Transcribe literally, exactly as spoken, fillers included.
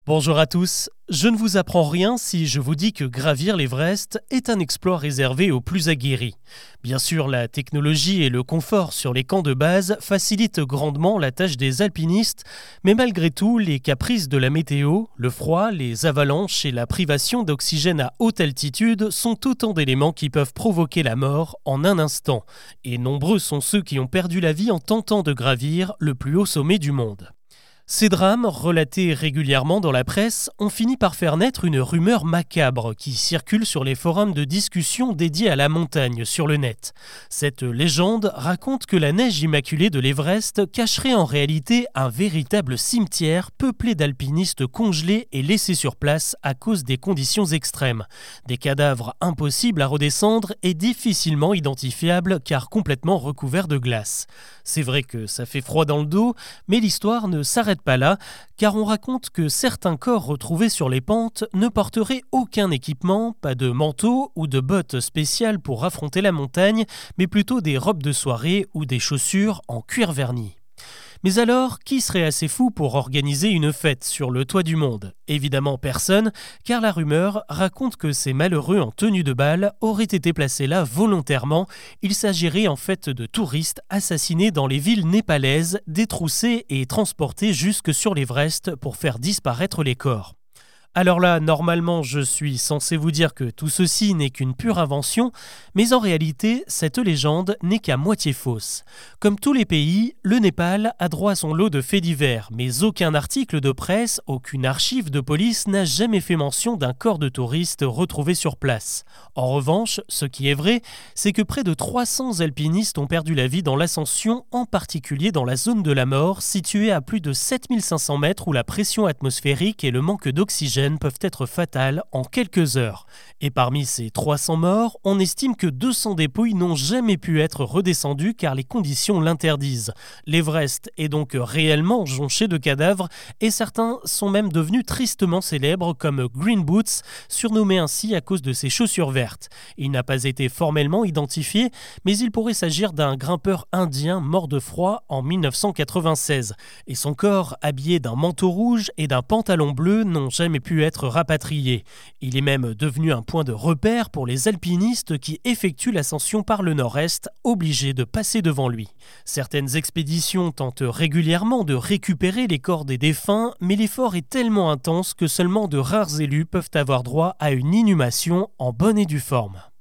Bonjour à tous, je ne vous apprends rien si je vous dis que gravir l'Everest est un exploit réservé aux plus aguerris. Bien sûr, la technologie et le confort sur les camps de base facilitent grandement la tâche des alpinistes, mais malgré tout, les caprices de la météo, le froid, les avalanches et la privation d'oxygène à haute altitude sont autant d'éléments qui peuvent provoquer la mort en un instant. Et nombreux sont ceux qui ont perdu la vie en tentant de gravir le plus haut sommet du monde. Ces drames, relatés régulièrement dans la presse, ont fini par faire naître une rumeur macabre qui circule sur les forums de discussion dédiés à la montagne sur le net. Cette légende raconte que la neige immaculée de l'Everest cacherait en réalité un véritable cimetière peuplé d'alpinistes congelés et laissés sur place à cause des conditions extrêmes. Des cadavres impossibles à redescendre et difficilement identifiables car complètement recouverts de glace. C'est vrai que ça fait froid dans le dos, mais l'histoire ne s'arrête pas là, car on raconte que certains corps retrouvés sur les pentes ne porteraient aucun équipement, pas de manteau ou de bottes spéciales pour affronter la montagne, mais plutôt des robes de soirée ou des chaussures en cuir verni. Mais alors, qui serait assez fou pour organiser une fête sur le toit du monde ? Évidemment personne, car la rumeur raconte que ces malheureux en tenue de bal auraient été placés là volontairement. Il s'agirait en fait de touristes assassinés dans les villes népalaises, détroussés et transportés jusque sur l'Everest pour faire disparaître les corps. Alors là, normalement, je suis censé vous dire que tout ceci n'est qu'une pure invention, mais en réalité, cette légende n'est qu'à moitié fausse. Comme tous les pays, le Népal a droit à son lot de faits divers, mais aucun article de presse, aucune archive de police n'a jamais fait mention d'un corps de touristes retrouvé sur place. En revanche, ce qui est vrai, c'est que près de trois cents alpinistes ont perdu la vie dans l'ascension, en particulier dans la zone de la mort, située à plus de sept mille cinq cents mètres où la pression atmosphérique et le manque d'oxygène peuvent être fatales en quelques heures. Et parmi ces trois cents morts, on estime que deux cents dépouilles n'ont jamais pu être redescendues car les conditions l'interdisent. L'Everest est donc réellement jonché de cadavres et certains sont même devenus tristement célèbres comme Green Boots, surnommé ainsi à cause de ses chaussures vertes. Il n'a pas été formellement identifié, mais il pourrait s'agir d'un grimpeur indien mort de froid en mille neuf cent quatre-vingt-seize. Et son corps, habillé d'un manteau rouge et d'un pantalon bleu, n'ont jamais pu être rapatrié. Il est même devenu un point de repère pour les alpinistes qui effectuent l'ascension par le nord-est, obligés de passer devant lui. Certaines expéditions tentent régulièrement de récupérer les corps des défunts, mais l'effort est tellement intense que seulement de rares élus peuvent avoir droit à une inhumation en bonne et due forme.